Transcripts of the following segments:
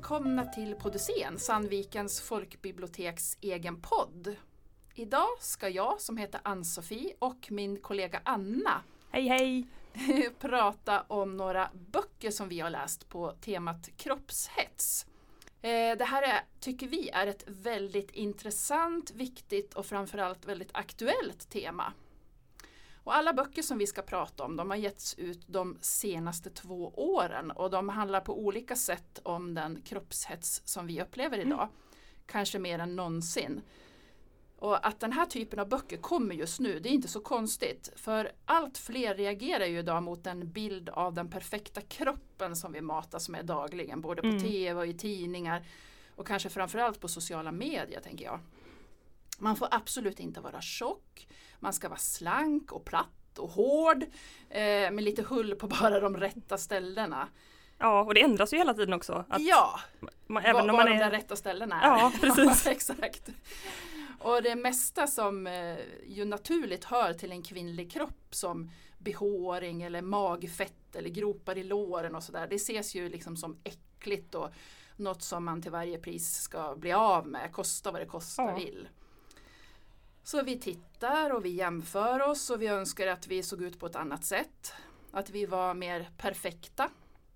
välkomna till Poddysén, Sandvikens folkbiblioteks egen podd. Idag ska jag, som heter Ann-Sofie, och min kollega Anna hej prata om några böcker som vi har läst på temat kroppshets. Det här tycker vi är ett väldigt intressant, viktigt och framförallt väldigt aktuellt tema. Och alla böcker som vi ska prata om, de har getts ut de senaste 2 åren och de handlar på olika sätt om den kroppshets som vi upplever idag. Kanske mer än någonsin. Och att den här typen av böcker kommer just nu, det är inte så konstigt. För allt fler reagerar ju idag mot en bild av den perfekta kroppen som vi matas med dagligen. Både på tv och i tidningar och kanske framförallt på sociala medier, tänker jag. Man får absolut inte vara tjock. Man ska vara slank och platt och hård med lite hull på bara de rätta ställena. Ja, och det ändras ju hela tiden också. Att även om man är de rätta ställena är. Ja, precis. Ja, exakt. Och det mesta som ju naturligt hör till en kvinnlig kropp som behåring eller magfett eller gropar i låren och sådär. Det ses ju liksom som äckligt och något som man till varje pris ska bli av med. Kosta vad det kosta vill. Så vi tittar och vi jämför oss och vi önskar att vi såg ut på ett annat sätt. Att vi var mer perfekta.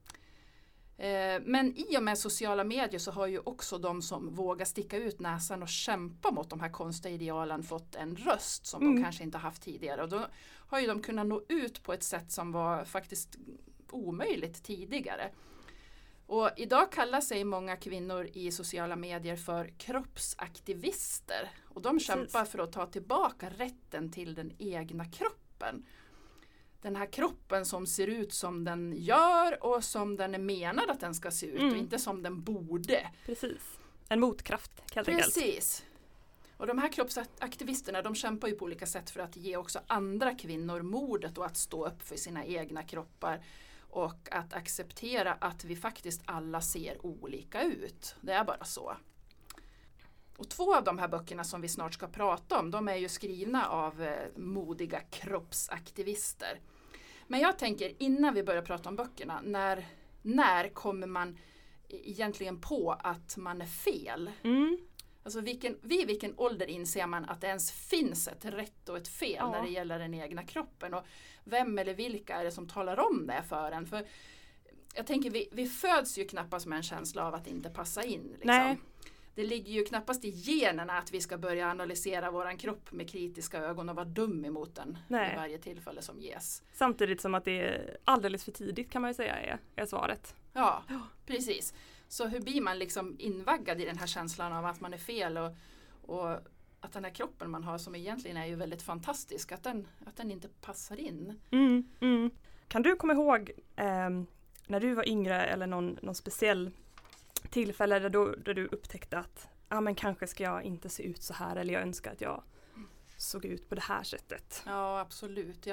Men i och med sociala medier så har ju också de som vågar sticka ut näsan och kämpa mot de här konstiga idealen fått en röst som de kanske inte haft tidigare. Och då har ju de kunnat nå ut på ett sätt som var faktiskt omöjligt tidigare. Och idag kallar sig många kvinnor i sociala medier för kroppsaktivister. Och de kämpar för att ta tillbaka rätten till den egna kroppen. Den här kroppen som ser ut som den gör och som den är menad att den ska se ut och inte som den borde. Precis. En motkraft helt enkelt. Precis. Och de här kroppsaktivisterna, de kämpar ju på olika sätt för att ge också andra kvinnor modet och att stå upp för sina egna kroppar. Och att acceptera att vi faktiskt alla ser olika ut. Det är bara så. Och 2 av de här böckerna som vi snart ska prata om, de är ju skrivna av modiga kroppsaktivister. Men jag tänker, innan vi börjar prata om böckerna, när kommer man egentligen på att man är fel? Alltså vid vilken ålder inser man att det ens finns ett rätt och ett fel när det gäller den egna kroppen? Och vem eller vilka är det som talar om det för en? För jag tänker, vi föds ju knappast med en känsla av att inte passa in. Liksom. Nej. Det ligger ju knappast i generna att vi ska börja analysera våran kropp med kritiska ögon och vara dum emot den i varje tillfälle som ges. Samtidigt som att det är alldeles för tidigt kan man ju säga är svaret. Ja, precis. Så hur blir man liksom invaggad i den här känslan av att man är fel och att den här kroppen man har som egentligen är ju väldigt fantastisk, att den inte passar in. Kan du komma ihåg när du var yngre eller någon speciell tillfälle där du upptäckte att men kanske ska jag inte se ut så här eller jag önskar att jag såg ut på det här sättet? Ja, absolut.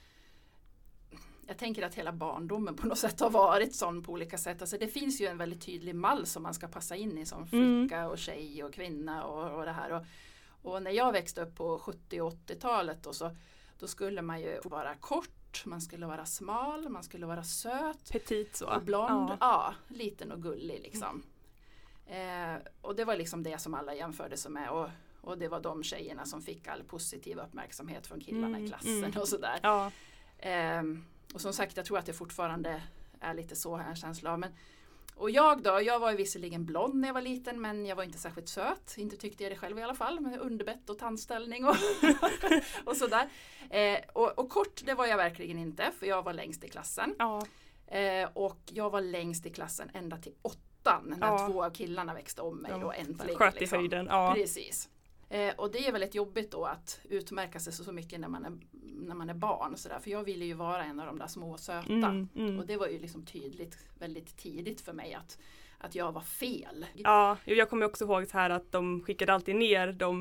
Jag tänker att hela barndomen på något sätt har varit sån på olika sätt. Alltså det finns ju en väldigt tydlig mall som man ska passa in i som flicka och tjej och kvinna och det här. Och när jag växte upp på 70- och 80-talet då skulle man ju vara kort, man skulle vara smal, man skulle vara söt. Petit så. Och blond, liten och gullig liksom. Och det var liksom det som alla jämförde sig med och det var de tjejerna som fick all positiv uppmärksamhet från killarna i klassen och sådär. Ja. Och som sagt, jag tror att det fortfarande är lite så här en känsla av. Och jag var ju visserligen blond när jag var liten, men jag var inte särskilt söt. Inte tyckte jag det själv i alla fall, med underbett och tandställning och sådär. Och kort, det var jag verkligen inte, för jag var längst i klassen. Ja. Och jag var längst i klassen ända till 8:an, när 2 av killarna växte om mig då äntligen. Sköt i höjden, ja. Precis. Och det är väldigt jobbigt då att utmärka sig så mycket när man är barn och sådär. För jag ville ju vara en av de där små söta. Och det var ju liksom tydligt väldigt tidigt för mig att jag var fel. Ja, jag kommer också ihåg så här att de skickade alltid ner de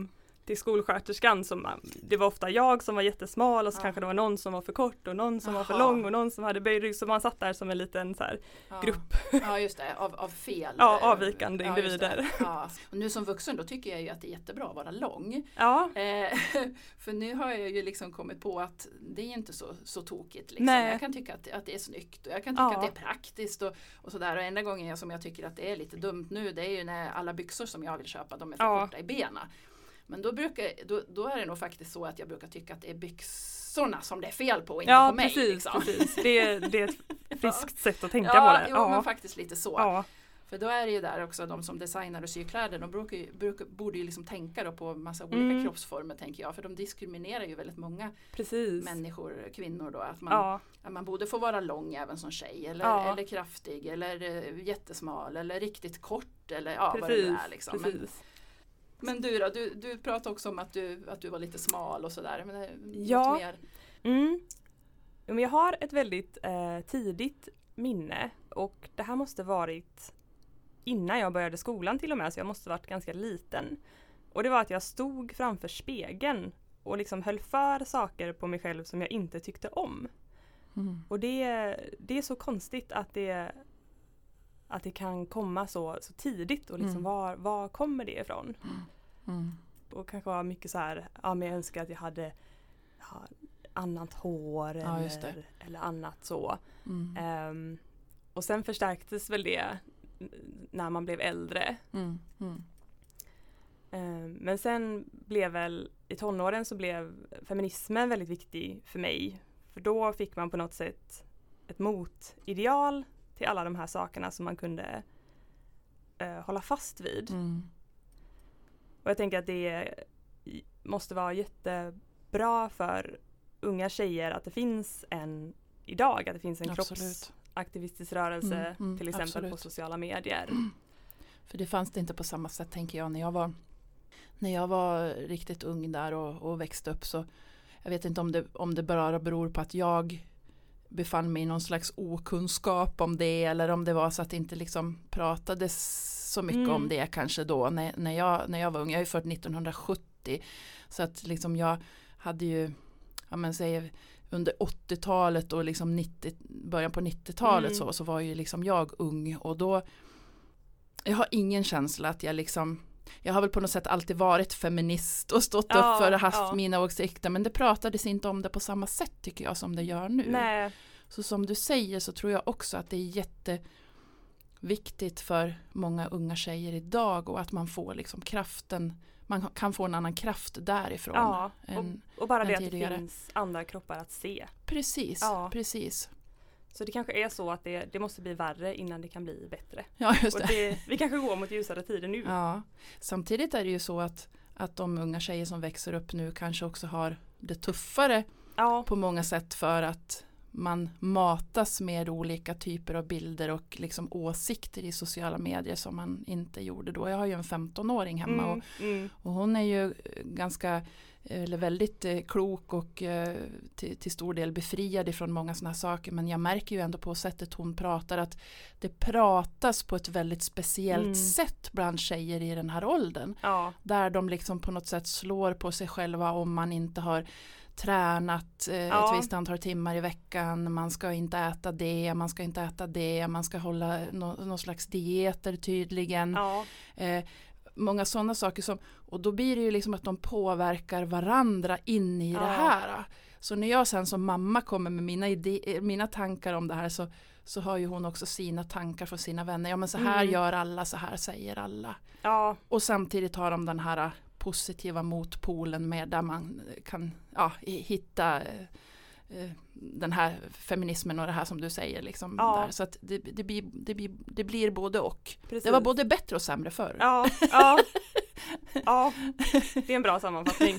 till skolsköterskan. Det var ofta jag som var jättesmal och så kanske det var någon som var för kort och någon som var för lång och någon som hade böjd rygg. Så man satt där som en liten så här, grupp. Ja, just det. Av fel. Ja, avvikande individer. Ja. Och nu som vuxen då tycker jag ju att det är jättebra att vara lång. Ja. För nu har jag ju liksom kommit på att det är inte så tokigt. Liksom. Jag kan tycka att det är snyggt och jag kan tycka att det är praktiskt och sådär. Och enda gången som jag tycker att det är lite dumt nu, det är ju när alla byxor som jag vill köpa, de är för korta i benen. Men då är det nog faktiskt så att jag brukar tycka att det är byxorna som det är fel på, inte på mig. Liksom. Precis. Det är ett friskt sätt att tänka på det. Ja, men faktiskt lite så. Ja. För då är det ju där också de som designar och syr kläder, de borde ju liksom tänka då på massa olika kroppsformer, tänker jag. För de diskriminerar ju väldigt många människor, kvinnor då. Att man borde få vara lång även som tjej, eller kraftig, eller jättesmal, eller riktigt kort, eller vad det är liksom. Men du då, du pratade också om att du var lite smal och sådär. Men något mer? Men jag har ett väldigt tidigt minne, och det här måste varit innan jag började skolan till och med, så jag måste varit ganska liten. Och det var att jag stod framför spegeln och liksom höll för saker på mig själv som jag inte tyckte om. Och det är så konstigt att det kan komma så tidigt, och liksom var kommer det ifrån? Och kanske var mycket så här, men jag önskar att jag hade annat hår eller annat så. Och sen förstärktes väl det när man blev äldre. Men sen blev väl i tonåren så blev feminismen väldigt viktig för mig. För då fick man på något sätt ett motideal till alla de här sakerna som man kunde hålla fast vid. Och jag tänker att det måste vara jättebra för unga tjejer att det finns en kroppsaktivistisk rörelse till exempel på sociala medier. För det fanns det inte på samma sätt, tänker jag, när jag var riktigt ung där och växte upp. Så jag vet inte om det bara beror på att jag befann mig i någon slags okunskap om det, eller om det var så att det inte liksom pratades så mycket om det kanske då när jag var ung. Jag är född 1970, så att liksom jag hade ju under 80-talet och liksom början på 90-talet så var ju liksom jag ung, och då jag har ingen känsla att jag har väl på något sätt alltid varit feminist och stått upp för att haft mina åsikter, men det pratades inte om det på samma sätt, tycker jag, som det gör nu. Nej. Så som du säger, så tror jag också att det är jätteviktigt för många unga tjejer idag, och att man får liksom kraften, man kan få en annan kraft därifrån. Ja, och bara det tidigare. Att det finns andra kroppar att se. Precis, precis. Så det kanske är så att det måste bli värre innan det kan bli bättre. Ja, just det. Och vi kanske går mot ljusare tider nu. Ja, samtidigt är det ju så att de unga tjejer som växer upp nu kanske också har det tuffare på många sätt, för att man matas med olika typer av bilder och liksom åsikter i sociala medier som man inte gjorde då. Jag har ju en 15-åring hemma och hon är ju väldigt klok och till stor del befriad ifrån många sådana saker, men jag märker ju ändå på sättet hon pratar att det pratas på ett väldigt speciellt sätt bland tjejer i den här åldern. Där de liksom på något sätt slår på sig själva om man inte har tränat ett visst antal timmar i veckan, man ska inte äta det, man ska inte äta det, man ska hålla någon slags dieter tydligen. Många sådana saker och då blir det ju liksom att de påverkar varandra in i det här. Så när jag sen som mamma kommer med mina tankar om det här, så har ju hon också sina tankar från sina vänner. Ja, men så här gör alla, så här säger alla. Och samtidigt har de den här positiva motpolen med där man kan hitta den här feminismen och det här som du säger liksom där. Så att det blir både och. Precis. Det var både bättre och sämre förr. Ja, det är en bra sammanfattning.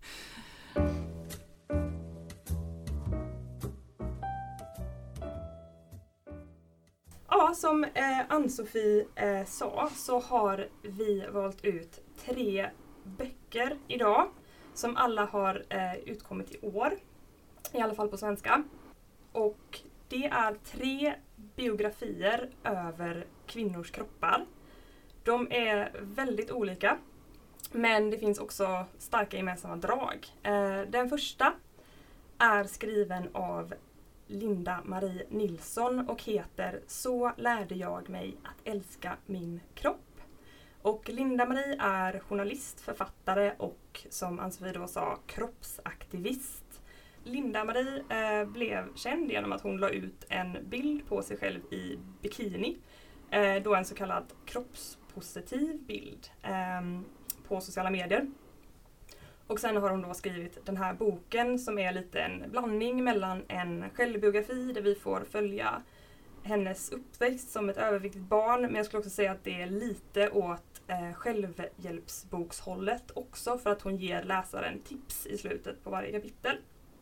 Ja, som Ann-Sofie sa, så har vi valt ut 3 böcker idag som alla har utkommit i år, i alla fall på svenska. Och det är 3 biografier över kvinnors kroppar. De är väldigt olika. Men det finns också starka gemensamma drag. Den första är skriven av Linda Marie Nilsson och heter Så lärde jag mig att älska min kropp. Och Linda Marie är journalist, författare och som Ann-Sofie då sa kroppsaktivist. Linda Marie blev känd genom att hon la ut en bild på sig själv i bikini. Då en så kallad kroppspositiv bild på sociala medier. Och sen har hon då skrivit den här boken som är lite en blandning mellan en självbiografi där vi får följa hennes uppväxt som ett överviktigt barn. Men jag skulle också säga att det är lite åt självhjälpsbokshållet också för att hon ger läsaren tips i slutet på varje kapitel.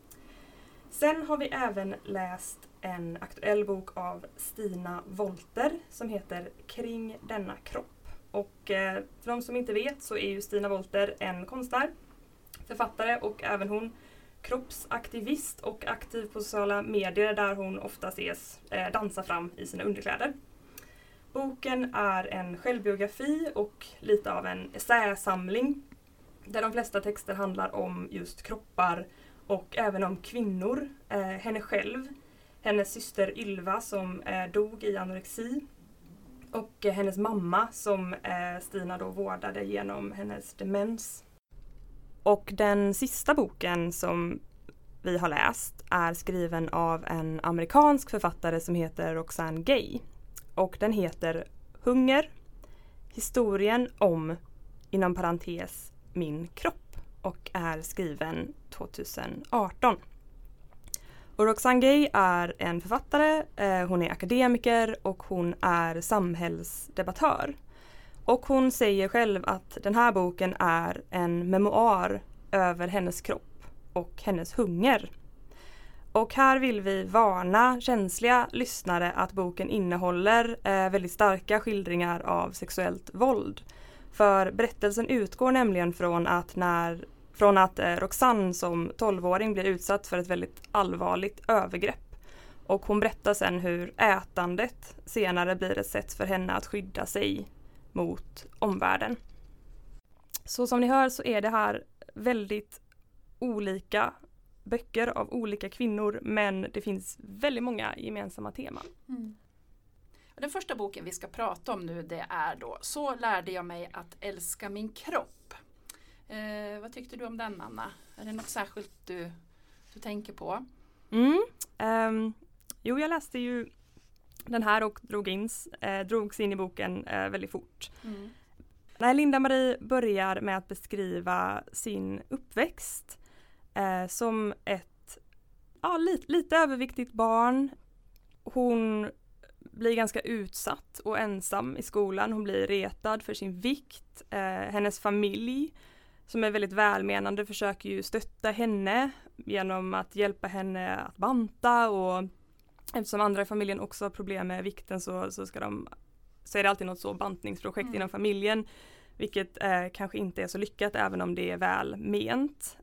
Sen har vi även läst en aktuell bok av Stina Wolter som heter Kring denna kropp. Och för de som inte vet så är ju Stina Wolter en konstnär, författare och även hon kroppsaktivist och aktiv på sociala medier där hon ofta ses dansa fram i sina underkläder. Boken är en självbiografi och lite av en essäsamling där de flesta texter handlar om just kroppar och även om kvinnor, henne själv, hennes syster Ylva som dog i anorexi och hennes mamma som Stina då vårdade genom hennes demens. Och den sista boken som vi har läst är skriven av en amerikansk författare som heter Roxane Gay. Och den heter Hunger, historien om, inom parentes, min kropp och är skriven 2018. Och Roxane Gay är en författare, hon är akademiker och hon är samhällsdebattör. Och hon säger själv att den här boken är en memoar över hennes kropp och hennes hunger. Och här vill vi varna känsliga lyssnare att boken innehåller väldigt starka skildringar av sexuellt våld. För berättelsen utgår nämligen från att Roxane som 12-åring blir utsatt för ett väldigt allvarligt övergrepp. Och hon berättar sen hur ätandet senare blir ett sätt för henne att skydda sig mot omvärlden. Så som ni hör så är det här väldigt olika böcker av olika kvinnor men det finns väldigt många gemensamma teman. Mm. Den första boken vi ska prata om nu det är då Så lärde jag mig att älska min kropp. Vad tyckte du om den, Anna? Är det något särskilt du tänker på? Jo, jag läste ju den här och drogs in i boken väldigt fort. Mm. När Linda Marie börjar med att beskriva sin uppväxt som ett lite överviktigt barn. Hon blir ganska utsatt och ensam i skolan. Hon blir retad för sin vikt. Hennes familj som är väldigt välmenande försöker ju stötta henne genom att hjälpa henne att banta och eftersom andra i familjen också har problem med vikten så är det alltid något så bantningsprojekt inom familjen vilket kanske inte är så lyckat även om det är väl ment.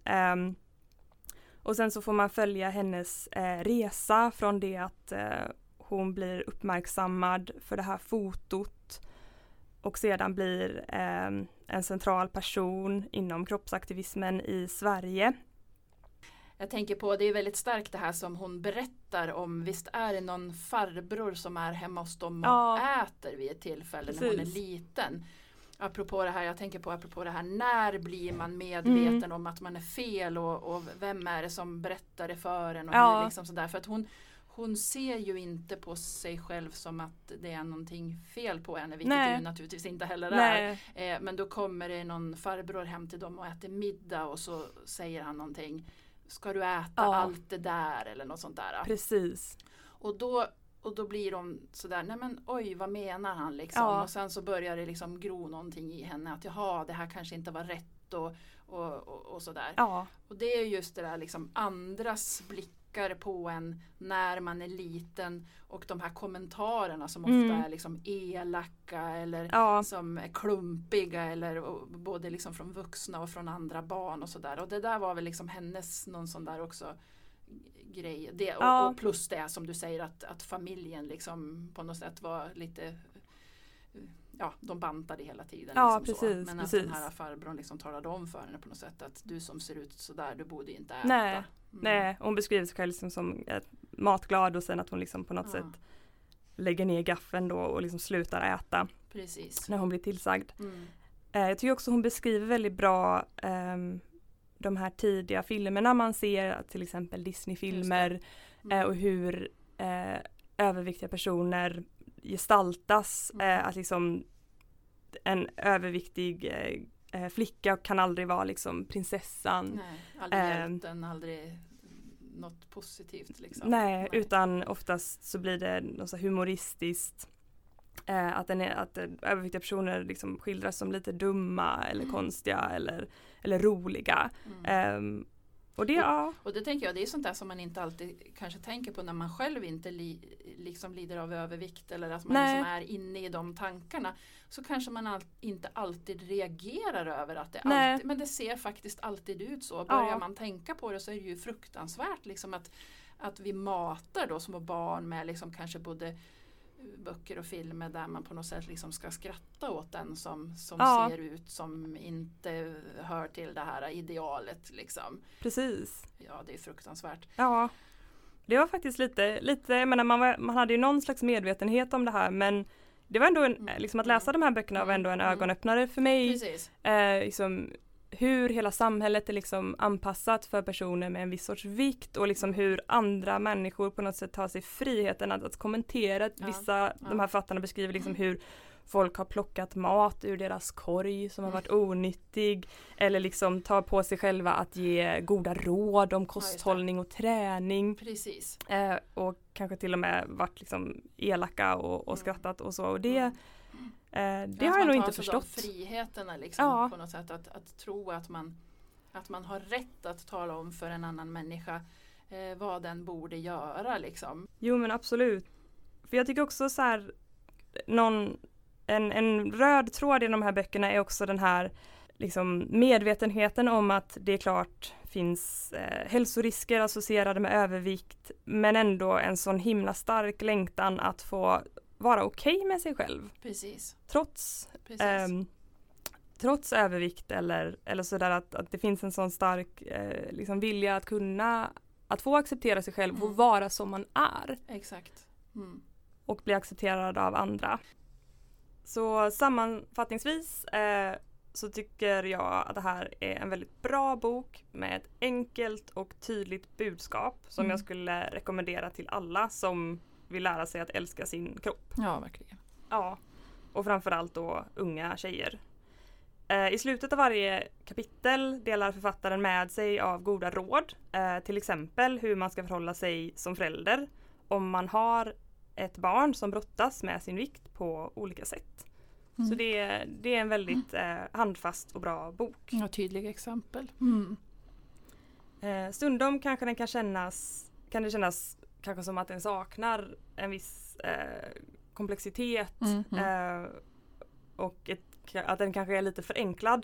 Och sen så får man följa hennes resa från det att hon blir uppmärksammad för det här fotot och sedan blir en central person inom kroppsaktivismen i Sverige. Jag tänker på, det är väldigt starkt det här som hon berättar om, visst är det någon farbror som är hemma hos dem och äter vid ett tillfälle. Precis. När hon är liten. Apropå det här, jag tänker på apropå det här, när blir man medveten om att man är fel och vem är det som berättar det för en och hur liksom sådär. För att hon ser ju inte på sig själv som att det är någonting fel på henne, vilket det ju naturligtvis inte heller är. Men då kommer det någon farbror hem till dem och äter middag och så säger han någonting. Ska du äta allt det där eller något sånt där? Precis. Och då blir de sådär, nej men oj, vad menar han liksom? Ja. Och sen så börjar det liksom gro någonting i henne att jaha, det här kanske inte var rätt och sådär. Ja. Och det är just det där liksom andras blickar på en när man är liten och de här kommentarerna som ofta är liksom elaka eller som är klumpiga eller både liksom från vuxna och från andra barn och sådär. Och det där var väl liksom hennes någon sån där också grej. Det, och plus det som du säger att familjen liksom på något sätt var lite de bantade hela tiden. Ja, liksom precis, så. Men att den här farbrorn liksom talade om för henne på något sätt att du som ser ut sådär, du borde inte äta. Nej, hon beskriver sig själv liksom som matglad och sen att hon liksom på något sätt lägger ner gaffeln då och liksom slutar äta. Precis. När hon blir tillsagd. Jag tycker också hon beskriver väldigt bra de här tidiga filmerna man ser, till exempel Disney-filmer och hur överviktiga personer gestaltas. Att liksom en överviktig flicka kan aldrig vara liksom prinsessan. Nej, aldrig hjälten, aldrig något positivt liksom. Nej, utan oftast så blir det något så humoristiskt. Att överviktiga personer liksom skildras som lite dumma eller konstiga eller roliga. Och det tänker jag, det är sånt där som man inte alltid kanske tänker på när man själv inte liksom lider av övervikt eller att man liksom är inne i de tankarna. Så kanske man inte alltid reagerar över att det alltid, men det ser faktiskt alltid ut så. Börjar man tänka på det så är det ju fruktansvärt liksom att vi matar då små barn med liksom kanske både böcker och filmer där man på något sätt liksom ska skratta åt den som ser ut som inte hör till det här idealet liksom. Precis. Ja, det är fruktansvärt. Ja. Det var faktiskt lite jag menar, man hade ju någon slags medvetenhet om det här, men det var ändå liksom att läsa de här böckerna var ändå en ögonöppnare för mig. Precis. Liksom hur hela samhället är liksom anpassat för personer med en viss sorts vikt och liksom hur andra människor på något sätt tar sig friheten att kommentera. De här fattarna beskriver liksom hur folk har plockat mat ur deras korg som har varit onyttig eller liksom tar på sig själva att ge goda råd om kosthållning och träning. Precis. Och kanske till och med varit liksom elaka och skrattat och så. Och det har jag nog inte förstått. Friheterna liksom, på något sätt att tro att man har rätt att tala om för en annan människa vad den borde göra liksom. Jo, men absolut. För jag tycker också så här en röd tråd i de här böckerna är också den här liksom medvetenheten om att det är klart finns hälsorisker associerade med övervikt, men ändå en sån himla stark längtan att få vara okej med sig själv. Precis. Trots övervikt eller sådär att det finns en sån stark liksom vilja att få acceptera sig själv och vara som man är. Exakt. Och bli accepterad av andra. Så sammanfattningsvis så tycker jag att det här är en väldigt bra bok med ett enkelt och tydligt budskap som jag skulle rekommendera till alla som vill lära sig att älska sin kropp. Ja, verkligen. Ja, och framförallt då unga tjejer. I slutet av varje kapitel delar författaren med sig av goda råd. Till exempel hur man ska förhålla sig som förälder om man har ett barn som brottas med sin vikt på olika sätt. Så det är en väldigt handfast och bra bok. Ja, tydliga exempel. Stundom kanske den kan det kännas kanske som att den saknar en viss komplexitet och att den kanske är lite förenklad.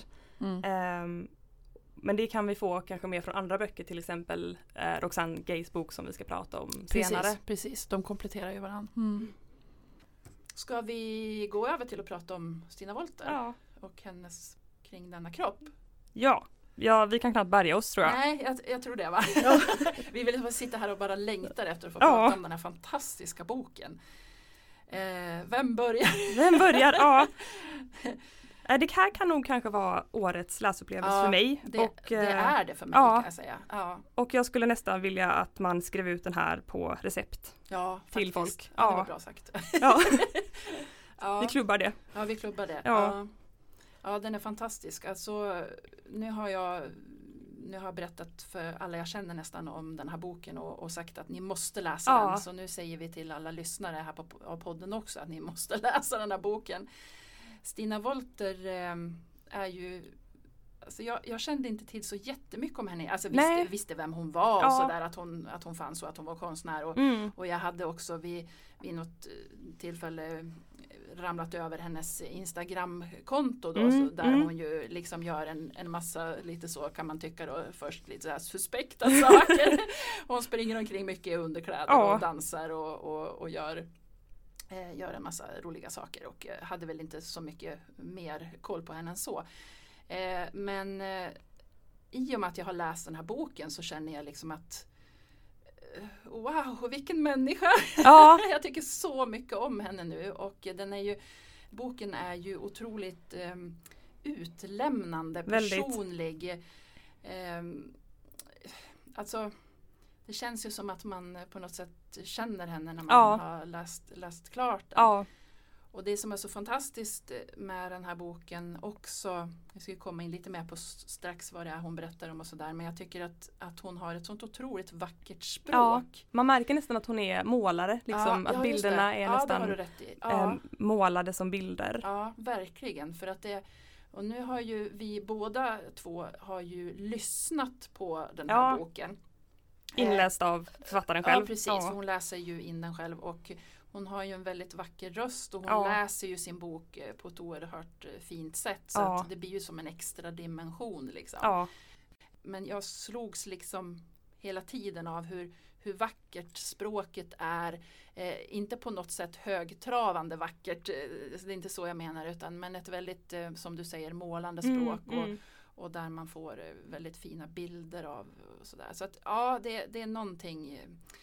Men det kan vi få kanske mer från andra böcker, till exempel Roxane Gays bok som vi ska prata om senare. Precis, de kompletterar ju varandra. Ska vi gå över till att prata om Stina Wolter och hennes Kring denna kropp? Ja, vi kan knappt bärga oss tror jag. Nej, jag tror det va? Vi vill sitta här och bara längtar efter att få prata om den här fantastiska boken. Vem börjar? Ja. Det här kan nog kanske vara årets läsupplevelse för mig. Det är det för mig kan jag säga. Ja. Och jag skulle nästan vilja att man skrev ut den här på recept till folk. Ja, det var bra sagt. Vi klubbar det. Ja, vi klubbar det. Ja, den är fantastisk. Alltså, nu har jag berättat för alla jag känner nästan om den här boken och sagt att ni måste läsa den. Så nu säger vi till alla lyssnare här på podden också att ni måste läsa den här boken. Stina Wolter är ju, alltså jag kände inte till så jättemycket om henne. Alltså visste vem hon var och sådär, att hon fanns och att hon var konstnär. Och jag hade också vid något tillfälle ramlat över hennes Instagram-konto då, där hon ju liksom gör en massa, lite så kan man tycka då, först lite så här suspekta saker. Hon springer omkring mycket i underkläder och dansar och gör gör en massa roliga saker och hade väl inte så mycket mer koll på henne än så. Men i och med att jag har läst den här boken så känner jag liksom att wow, vilken människa! Ja. Jag tycker så mycket om henne nu och boken är ju otroligt utlämnande, personlig. Alltså det känns ju som att man på något sätt känner henne när man har läst klart den. Ja. Och det som är så fantastiskt med den här boken också, jag ska komma in lite mer på strax vad det är hon berättar om och sådär, men jag tycker att hon har ett sånt otroligt vackert språk. Ja, man märker nästan att hon är målare, liksom, att bilderna är nästan målade som bilder. Ja, verkligen, för att och nu har ju vi båda två har ju lyssnat på den här boken. Inläst av författaren själv. Ja, precis. Hon läser ju in den själv och hon har ju en väldigt vacker röst och hon läser ju sin bok på ett oerhört fint sätt. Så att det blir ju som en extra dimension liksom. Ja. Men jag slogs liksom hela tiden av hur vackert språket är. Inte på något sätt högtravande vackert. Det är inte så jag menar men ett väldigt, som du säger, målande språk. Och där man får väldigt fina bilder av och sådär. Så att det är någonting.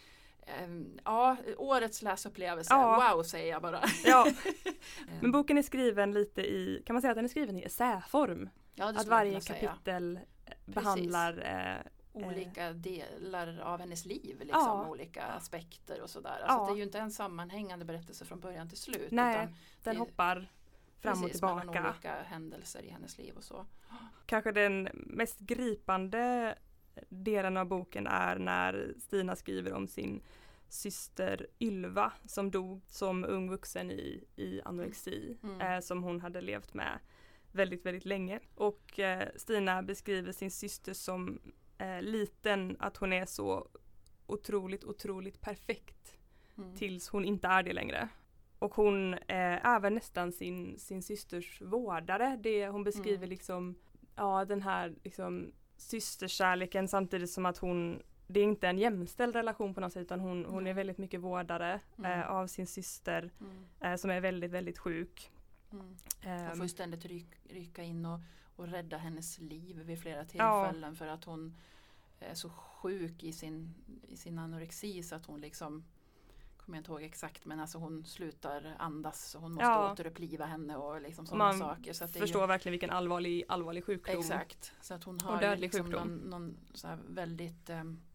Årets läsupplevelse. Wow, säger jag bara. Ja. Men boken är skriven lite kan man säga att den är skriven i essäform? Ja, att varje kapitel behandlar olika delar av hennes liv, liksom, olika aspekter och sådär. Alltså det är ju inte en sammanhängande berättelse från början till slut. Nej, utan den hoppar fram och tillbaka. Mellan olika händelser i hennes liv och så. Kanske den mest gripande delen av boken är när Stina skriver om sin syster Ylva som dog som ung vuxen i anorexi som hon hade levt med väldigt, väldigt länge. Och Stina beskriver sin syster som liten, att hon är så otroligt, otroligt perfekt tills hon inte är det längre. Och hon är även nästan sin systers vårdare. Hon beskriver liksom den här liksom systerkärleken samtidigt som att det är inte en jämställd relation på något sätt utan hon är väldigt mycket vårdare av sin syster som är väldigt, väldigt sjuk. Hon får ju ständigt rycka in och rädda hennes liv vid flera tillfällen för att hon är så sjuk i sin anorexi så att hon liksom, kommer jag inte ihåg exakt, men alltså hon slutar andas och hon måste återuppliva henne och liksom sådana saker. Så att förstår verkligen vilken allvarlig sjukdom. Exakt, så att hon har liksom någon så här väldigt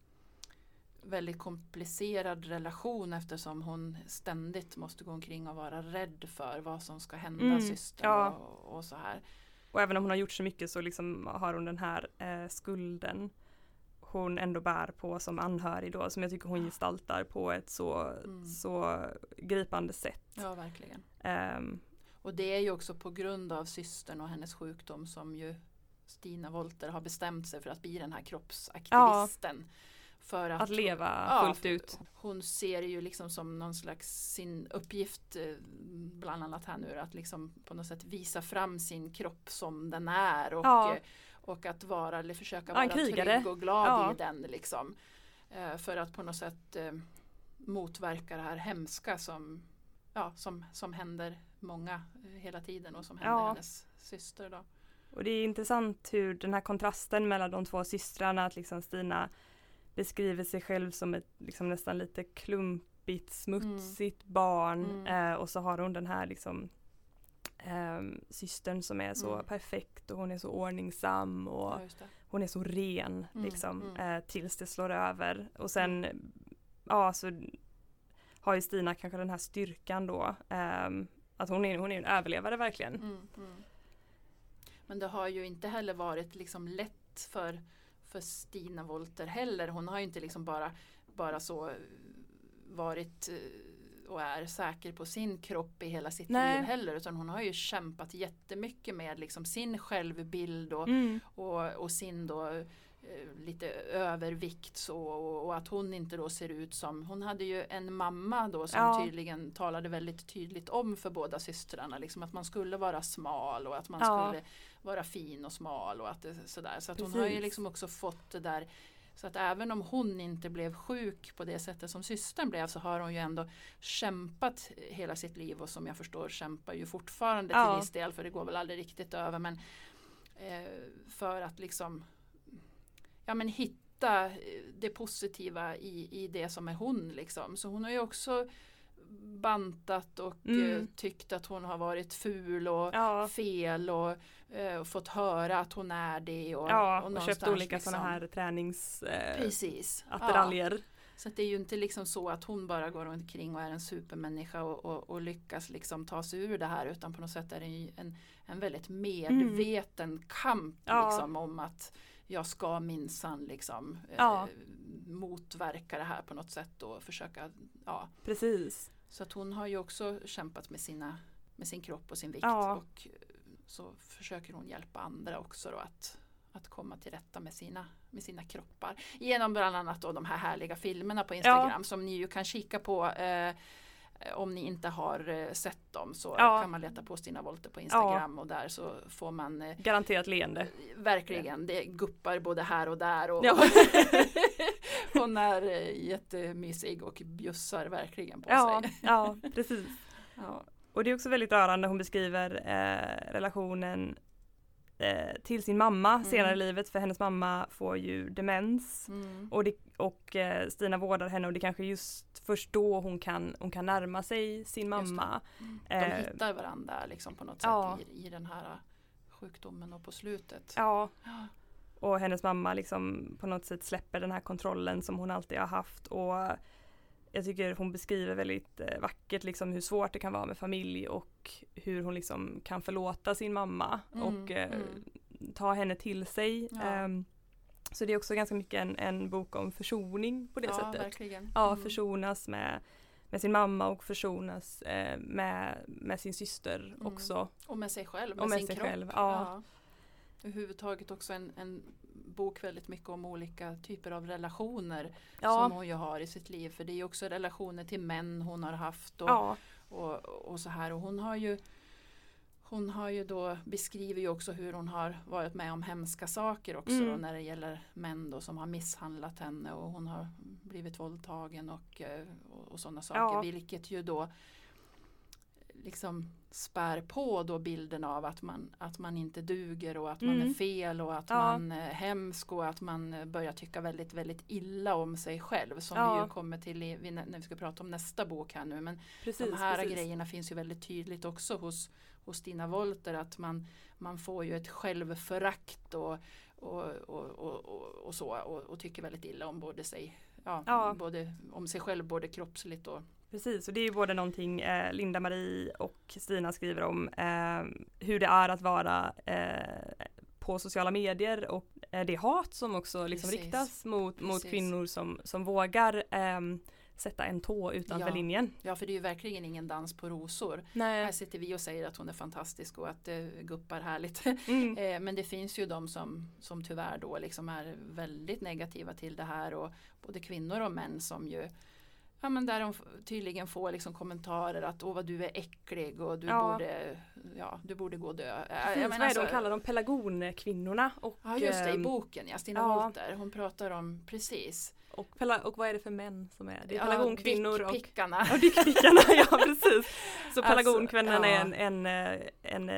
väldigt komplicerad relation eftersom hon ständigt måste gå omkring och vara rädd för vad som ska hända systern och så här. Och även om hon har gjort så mycket så liksom har hon den här skulden hon ändå bär på som anhörig då, som jag tycker hon gestaltar på ett så gripande sätt. Ja, verkligen. Och det är ju också på grund av systern och hennes sjukdom som ju Stina Wolter har bestämt sig för att bli den här kroppsaktivisten. För att leva fullt ut. Hon ser ju liksom som någon slags sin uppgift bland annat här nu att liksom på något sätt visa fram sin kropp som den är och att vara eller försöka vara trygg och glad i den liksom. För att på något sätt motverka det här hemska som händer många hela tiden och som händer hennes syster då. Och det är intressant hur den här kontrasten mellan de två systrarna, att liksom Stina beskriver sig själv som ett liksom nästan lite klumpigt, smutsigt barn och så har hon den här liksom systern som är så perfekt och hon är så ordningsam och hon är så ren liksom tills det slår över och sen så har ju Stina kanske den här styrkan då att hon är en överlevare verkligen. Men det har ju inte heller varit liksom lätt för Stina Wolter heller. Hon har ju inte liksom bara så varit och är säker på sin kropp i hela sitt liv heller, utan hon har ju kämpat jättemycket med liksom sin självbild och sin då lite övervikt så, och att hon inte då ser ut som, hon hade ju en mamma då som tydligen talade väldigt tydligt om för båda systrarna liksom att man skulle vara smal och att man skulle vara fin och smal och att det, sådär, så att hon har ju liksom också fått det där Så att även om hon inte blev sjuk på det sättet som systern blev, så har hon ju ändå kämpat hela sitt liv, och som jag förstår kämpar ju fortfarande till viss del, för det går väl aldrig riktigt över, men för att liksom hitta det positiva i det som är hon liksom. Så hon har ju också bantat och tyckt att hon har varit ful och fel och fått höra att hon är det. Och köpt olika liksom, sådana här träningsattiraljer. Så att det är ju inte liksom så att hon bara går omkring och är en supermänniska och lyckas liksom ta sig ur det här, utan på något sätt är det ju en väldigt medveten kamp liksom, om att jag ska minsann liksom motverka det här på något sätt och försöka, Precis. Så att hon har ju också kämpat med sin kropp och sin vikt, och så försöker hon hjälpa andra också då att komma till rätta med sina kroppar. Genom bland annat då de här härliga filmerna på Instagram som ni ju kan kika på om ni inte har sett dem, så kan man leta på Stina Wollter på Instagram och där så får man garanterat leende. Verkligen, det guppar både här och där och hon är jättemysig och bjussar verkligen på sig. Ja, precis. Och det är också väldigt rörande, hon beskriver relationen till sin mamma senare i livet, för hennes mamma får ju demens och Stina vårdar henne, och det kanske just först då hon kan närma sig sin mamma. De hittar varandra liksom på något sätt i den här sjukdomen och på slutet. Och hennes mamma liksom på något sätt släpper den här kontrollen som hon alltid har haft, och jag tycker hon beskriver väldigt vackert liksom hur svårt det kan vara med familj, och hur hon liksom kan förlåta sin mamma och ta henne till sig. Så det är också ganska mycket en bok om försoning på det sättet. Verkligen. Försonas med sin mamma och försonas med sin syster också. Och med sig själv, med sin sig kropp. Själv. Överhuvudtaget också en bok väldigt mycket om olika typer av relationer som hon ju har i sitt liv. För det är ju också relationer till män hon har haft och så här. Och hon har ju då beskriver ju också hur hon har varit med om hemska saker också då, när det gäller män då, som har misshandlat henne, och hon har blivit våldtagen och sådana saker, vilket ju då liksom spär på då bilden av att man inte duger och att man är fel och att man är hemsk och att man börjar tycka väldigt, väldigt illa om sig själv, som vi ju kommer till när vi ska prata om nästa bok här nu. Men de här grejerna finns ju väldigt tydligt också hos Stina Wollter, att man får ju ett självförakt och så, och tycker väldigt illa om både sig, både om sig själv, både kroppsligt och precis, och det är ju både någonting Linda-Marie och Stina skriver om hur det är att vara på sociala medier, och det hat som också liksom riktas mot kvinnor som vågar sätta en tå utanför linjen. Ja, för det är ju verkligen ingen dans på rosor. Nej. Här sitter vi och säger att hon är fantastisk och att det guppar härligt. Men det finns ju de som tyvärr då liksom är väldigt negativa till det här, och både kvinnor och män som ju där de tydligen får liksom kommentarer att vad du är äcklig och du borde gå och dö. Vad är det de kallar de pelargonkvinnorna? Ja, just det, i boken, Stina Wollter. Hon pratar om, precis. Och vad är det för män som är? Det är pelargonkvinnor och dickpickarna. Ja, dickpickarna, ja precis. Så pelargonkvinnorna är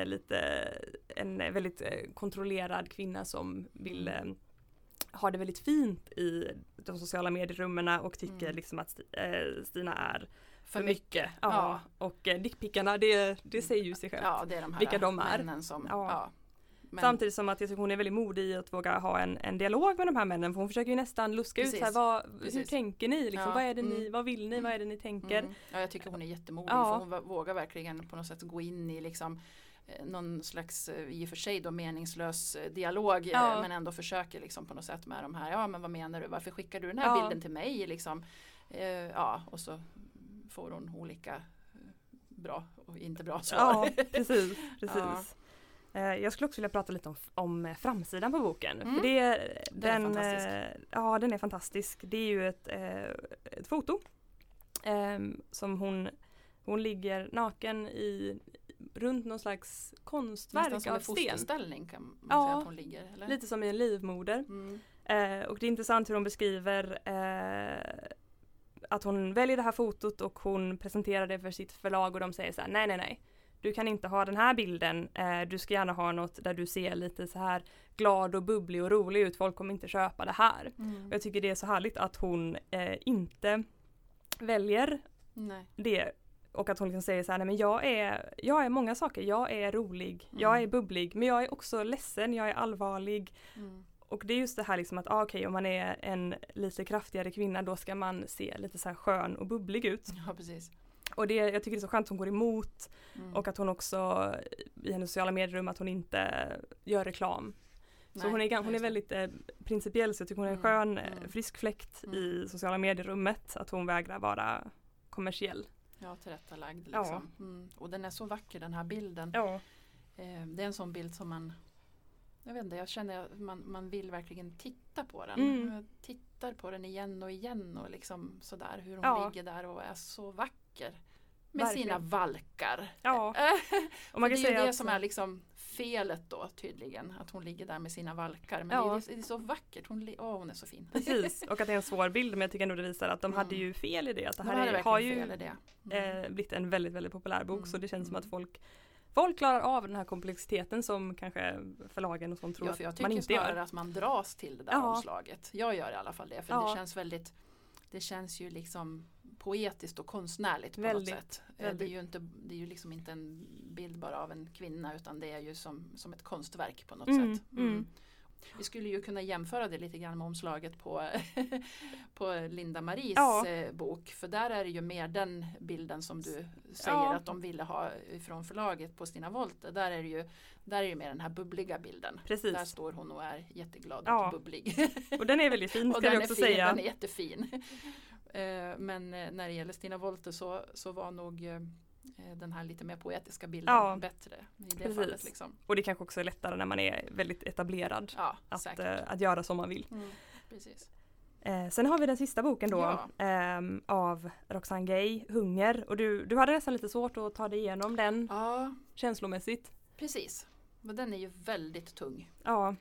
en väldigt kontrollerad kvinna som vill ha det väldigt fint i de sociala medierummen och tycker liksom att Stina är för mycket. Ja. Och dickpickarna, det säger ju sig själv. Ja, det är de här vilka de är. Männen som, Men samtidigt som att jag tycker hon är väldigt modig i att våga ha en dialog med de här männen, för hon försöker ju nästan luska ut så här, hur tänker ni? Liksom, vad är det ni, vad vill ni? Vad är det ni tänker? Ja, jag tycker hon är jättemodig, för hon vågar verkligen på något sätt gå in i liksom någon slags i och för sig då meningslös dialog, men ändå försöker liksom på något sätt med de här, men vad menar du? Varför skickar du den här bilden till mig? Liksom, och så får hon olika bra och inte bra svar. Ja, precis. Jag skulle också vilja prata lite om framsidan på boken. För den är fantastisk. Det är ju ett foto som hon ligger naken runt någon slags konstverk av sten. Nästan som en fosterställning kan man säga att hon ligger. Eller? Lite som i en livmoder. Och det är intressant hur hon beskriver att hon väljer det här fotot och hon presenterar det för sitt förlag och de säger så här: nej. Du kan inte ha den här bilden. Du ska gärna ha något där du ser lite så här glad och bubblig och rolig ut. Folk kommer inte köpa det här. Och jag tycker det är så härligt att hon inte väljer det. Och att hon liksom säger så här: nej, men jag är många saker. Jag är rolig, jag är bubblig, men jag är också ledsen, jag är allvarlig. Och det är just det här liksom att okej, om man är en lite kraftigare kvinna, då ska man se lite så här skön och bubblig ut. Ja, precis. Och jag tycker det är så skönt att hon går emot och att hon också i hennes sociala medierum att hon inte gör reklam. Så hon är väldigt principiell, så jag tycker hon är en skön, frisk fläkt i sociala medierummet, att hon vägrar vara kommersiell. Ja, tillrättalagd liksom. Ja. Och den är så vacker, den här bilden. Ja. Det är en sån bild som jag känner att man vill verkligen titta på den. Jag tittar på den igen och igen och liksom sådär, hur hon ligger där och är så vacker. Med sina valkar. Ja. Och man kan det är ju det som är liksom felet då tydligen. Att hon ligger där med sina valkar. Men det är så vackert. Hon är så fin. Precis. Och att det är en svår bild. Men jag tycker ändå det visar att de hade ju fel i det. Att det här har ju blivit en väldigt, väldigt populär bok. Så det känns som att folk klarar av den här komplexiteten som kanske förlagen och sånt tror att man inte gör. Jag tycker att man dras till det där omslaget. Jag gör i alla fall det. För det känns väldigt... Det känns ju liksom poetiskt och konstnärligt på något sätt. Det är ju liksom inte en bild bara av en kvinna, utan det är ju som ett konstverk på något sätt. Vi skulle ju kunna jämföra det lite grann med omslaget på Linda Maries bok. För där är det ju mer den bilden som du säger att de ville ha från förlaget på Stina Wollter. Där är det ju mer den här bubbliga bilden. Precis. Där står hon och är jätteglad och bubblig. Och den är väldigt fin, ska jag också säga. Den är jättefin. Men när det gäller Stina Wollter så var nog den här lite mer poetiska bilden bättre i det fallet. Liksom. Och det kanske också är lättare när man är väldigt etablerad att göra som man vill. Precis. Sen har vi den sista boken då av Roxane Gay, Hunger. Och du hade nästan lite svårt att ta dig igenom den känslomässigt. Precis. Men den är ju väldigt tung. Ja.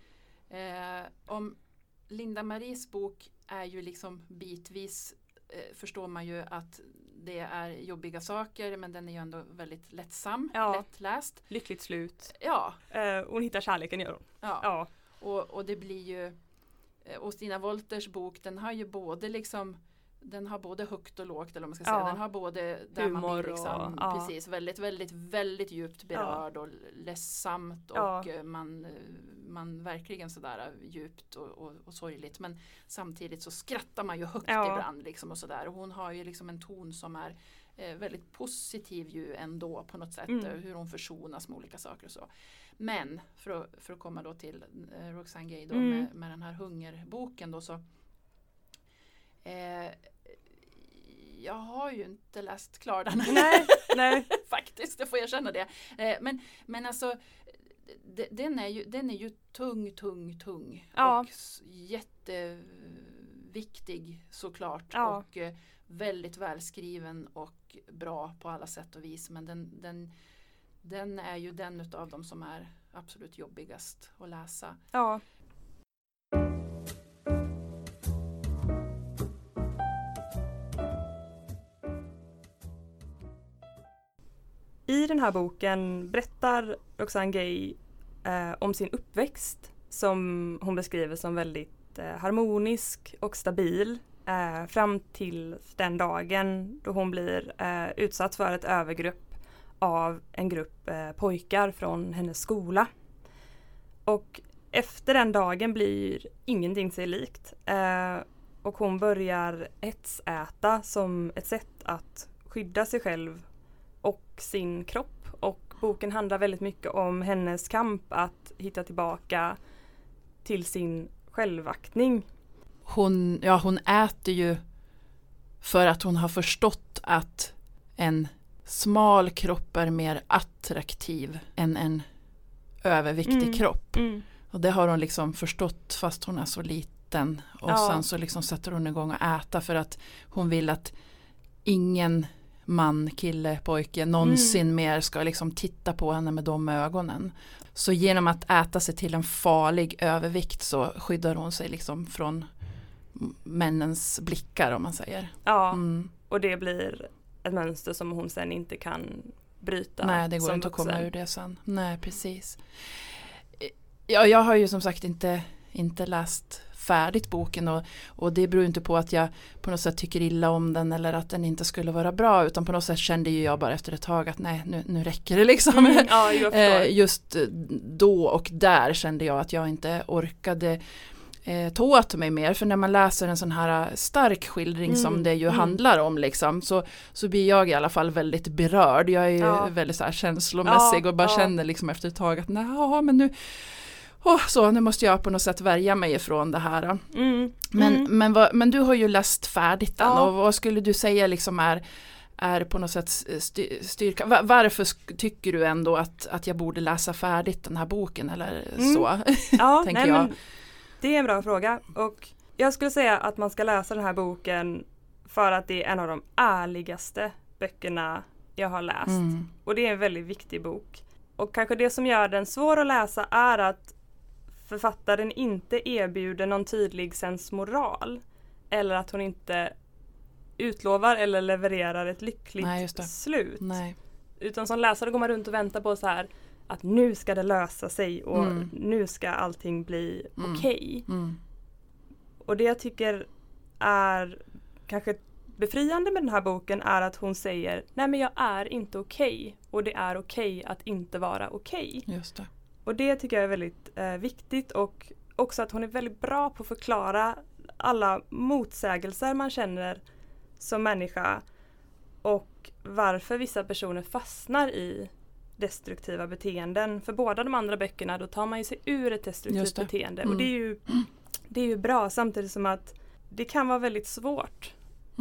Om Linda Maries bok är ju liksom bitvis förstår man ju att det är jobbiga saker, men den är ju ändå väldigt lättsam, lättläst. Lyckligt slut. Ja. Hon hittar kärleken, gör hon. Ja. Och det blir ju, och Stina Wollters bok, den har ju både högt och lågt, eller vad man ska säga. Den har både där humor man blir liksom, precis, väldigt, väldigt, väldigt djupt berörd och ledsamt och man verkligen sådär djupt och sorgligt, men samtidigt så skrattar man ju högt ibland liksom och sådär. Och hon har ju liksom en ton som är väldigt positiv ju ändå på något sätt, hur hon försonas med olika saker och så. Men för att komma då till Roxane Gay då med den här hungerboken då, så jag har ju inte läst klar den. Nej. Faktiskt, det får jag känna det. Men alltså den är ju tung och jätteviktig såklart och väldigt välskriven och bra på alla sätt och vis, men den är ju den utav dem som är absolut jobbigast att läsa. Ja. I den här boken berättar Roxane Gay om sin uppväxt som hon beskriver som väldigt harmonisk och stabil fram till den dagen då hon blir utsatt för ett övergrepp av en grupp pojkar från hennes skola. Och efter den dagen blir ingenting sig likt och hon börjar hetsäta som ett sätt att skydda sig själv och sin kropp, och boken handlar väldigt mycket om hennes kamp att hitta tillbaka till sin självaktning. Hon äter ju för att hon har förstått att en smal kropp är mer attraktiv än en överviktig kropp. Och det har hon liksom förstått fast hon är så liten, och sen så liksom sätter hon igång att äta för att hon vill att ingen man, kille, pojke någonsin mer ska liksom titta på henne med de ögonen. Så genom att äta sig till en farlig övervikt så skyddar hon sig liksom från männens blickar, om man säger. Ja, och det blir ett mönster som hon sen inte kan bryta. Nej, det går inte att komma ur det sen. Nej, precis. Ja, jag har ju som sagt inte läst färdigt boken och det beror inte på att jag på något sätt tycker illa om den eller att den inte skulle vara bra, utan på något sätt kände ju jag bara efter ett tag att nej, nu räcker det liksom. Ja, jag förstår. Just då och där kände jag att jag inte orkade ta åt mig mer, för när man läser en sån här stark skildring som det ju handlar om liksom, så blir jag i alla fall väldigt berörd. Jag är ju väldigt så här känslomässig och bara känner liksom efter ett tag att nej, men nu nu måste jag på något sätt värja mig ifrån det här. Men du har ju läst färdigt den och vad skulle du säga liksom är på något sätt styrka? Varför tycker du ändå att jag borde läsa färdigt den här boken eller så? Ja, tänker jag. Men det är en bra fråga och jag skulle säga att man ska läsa den här boken för att det är en av de ärligaste böckerna jag har läst. Och det är en väldigt viktig bok. Och kanske det som gör den svår att läsa är att författaren inte erbjuder någon tydlig sensmoral. Eller att hon inte utlovar eller levererar ett lyckligt slut. Nej. Utan som läsare går man runt och väntar på så här att nu ska det lösa sig och nu ska allting bli okej. Och det jag tycker är kanske befriande med den här boken är att hon säger nej, men jag är inte okej och det är okej att inte vara okej. Just det. Och det tycker jag är väldigt viktigt, och också att hon är väldigt bra på att förklara alla motsägelser man känner som människa och varför vissa personer fastnar i destruktiva beteenden. För båda de andra böckerna då tar man ju sig ur ett destruktivt beteende och det är ju bra, samtidigt som att det kan vara väldigt svårt.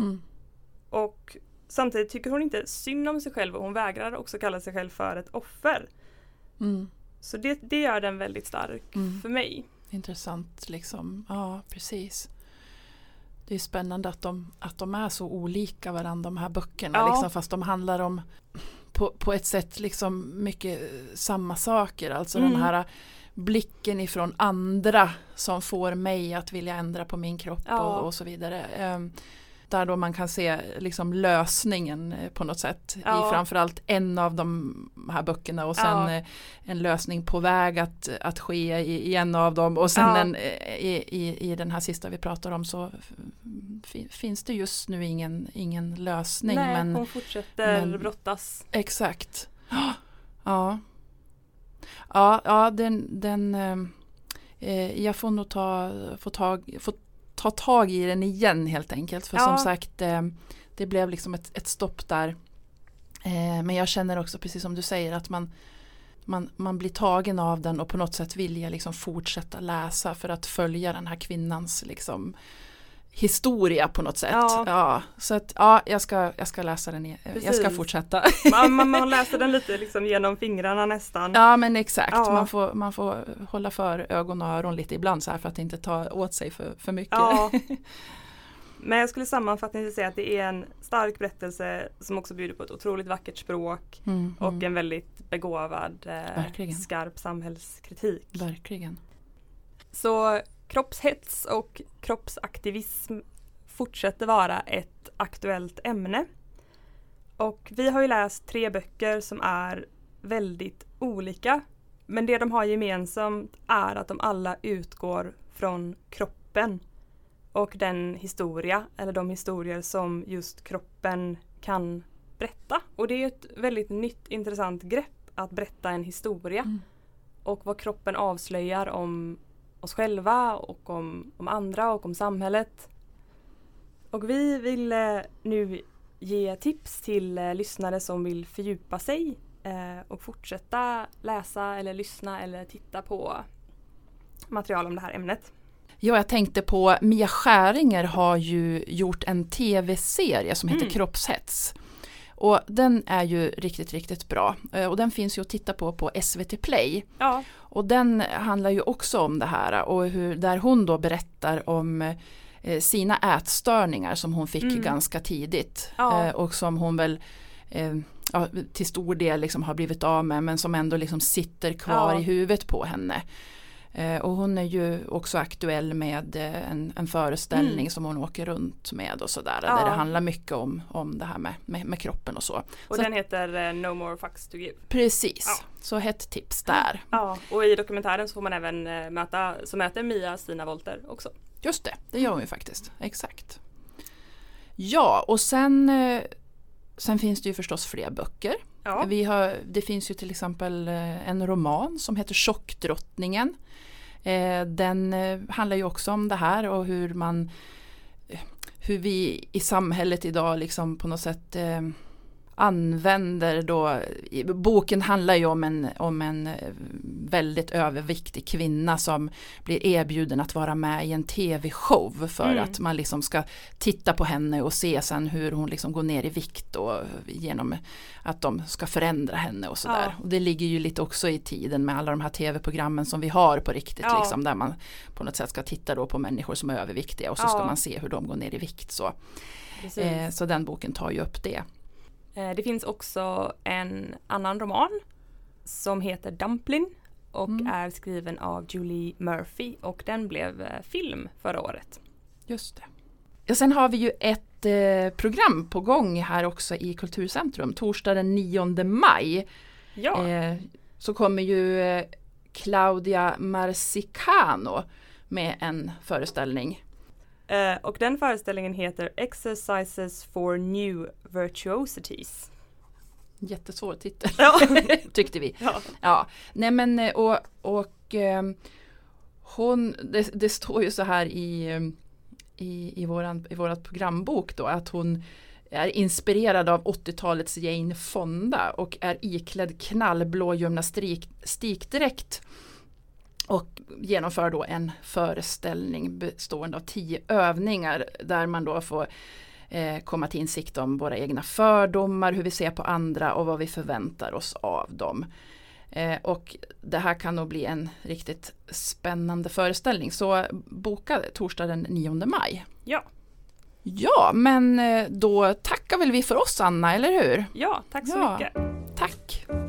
Och samtidigt tycker hon inte synd om sig själv och hon vägrar också kalla sig själv för ett offer. Så det gör den väldigt stark för mig. Intressant liksom. Ja, precis. Det är spännande att de är så olika varandra, de här böckerna. Liksom, fast de handlar om på ett sätt liksom mycket samma saker. Alltså den här blicken ifrån andra som får mig att vilja ändra på min kropp och så vidare. Där då man kan se liksom lösningen på något sätt i framförallt en av de här böckerna och sen en lösning på väg att ske i en av dem och sen i den här sista vi pratar om så finns det just nu ingen lösning. Nej, men hon fortsätter brottas. Exakt. Ja, den jag får nog ta tag i den igen helt enkelt. För som sagt, det blev liksom ett stopp där. Men jag känner också, precis som du säger, att man blir tagen av den och på något sätt vill jag liksom fortsätta läsa för att följa den här kvinnans liksom historia på något sätt. Så att jag ska läsa den igen. Jag ska fortsätta. Man läser den lite liksom genom fingrarna nästan. Ja, men exakt. Man får hålla för ögon och öron lite ibland så här för att inte ta åt sig för mycket. Men jag skulle sammanfattningsvis säga att det är en stark berättelse som också bjuder på ett otroligt vackert språk och en väldigt begåvad, skarp samhällskritik. Verkligen. Så kroppshets och kroppsaktivism fortsätter vara ett aktuellt ämne. Och vi har ju läst 3 böcker som är väldigt olika. Men det de har gemensamt är att de alla utgår från kroppen. Och den historia, eller de historier som just kroppen kan berätta. Och det är ett väldigt nytt, intressant grepp att berätta en historia. Och vad kroppen avslöjar om oss själva och om andra och om samhället. Och vi vill nu ge tips till lyssnare som vill fördjupa sig och fortsätta läsa eller lyssna eller titta på material om det här ämnet. Ja, jag tänkte på Mia Skäringer har ju gjort en tv-serie som heter Kroppshets. Och den är ju riktigt, riktigt bra. Och den finns ju att titta på SVT Play. Och den handlar ju också om det här. Och där hon då berättar om sina ätstörningar som hon fick ganska tidigt. Och som hon väl till stor del liksom har blivit av med, men som ändå liksom sitter kvar i huvudet på henne. Och hon är ju också aktuell med en föreställning som hon åker runt med och sådär. Där det handlar mycket om det här med kroppen och så. Och så den heter No More Fucks to Give. Precis, så ett tips där. Ja, och i dokumentären så får man även möter Mia Stina Wolter också. Just det gör hon ju faktiskt. Exakt. Ja, och sen finns det ju förstås fler böcker. Ja. Det finns ju till exempel en roman som heter Tjockdrottningen. Den handlar ju också om det här och hur vi i samhället idag liksom på något sätt använder då. Boken handlar ju om en väldigt överviktig kvinna som blir erbjuden att vara med i en tv-show för att man liksom ska titta på henne och se sen hur hon liksom går ner i vikt och genom att de ska förändra henne och sådär. Och det ligger ju lite också i tiden med alla de här tv-programmen som vi har på riktigt liksom, där man på något sätt ska titta då på människor som är överviktiga och så ska man se hur de går ner i vikt så den boken tar ju upp det. Det finns också en annan roman som heter Dumpling och är skriven av Julie Murphy och den blev film förra året. Just det. Och sen har vi ju ett program på gång här också i Kulturcentrum. Torsdag den 9 maj så kommer ju Claudia Marsicano med en föreställning. Och den föreställningen heter Exercises for New Virtuosities. Jättesvår titel, tyckte vi. Ja. Nej men det står ju så här i vårat programbok då att hon är inspirerad av 80-talets Jane Fonda och är iklädd knallblå gymnastikdräkt. Och genomför då en föreställning bestående av 10 övningar där man då får komma till insikt om våra egna fördomar, hur vi ser på andra och vad vi förväntar oss av dem. Och det här kan nog bli en riktigt spännande föreställning. Så boka torsdag den 9 maj. Ja, men då tackar väl vi för oss, Anna, eller hur? Ja, tack så mycket. Tack.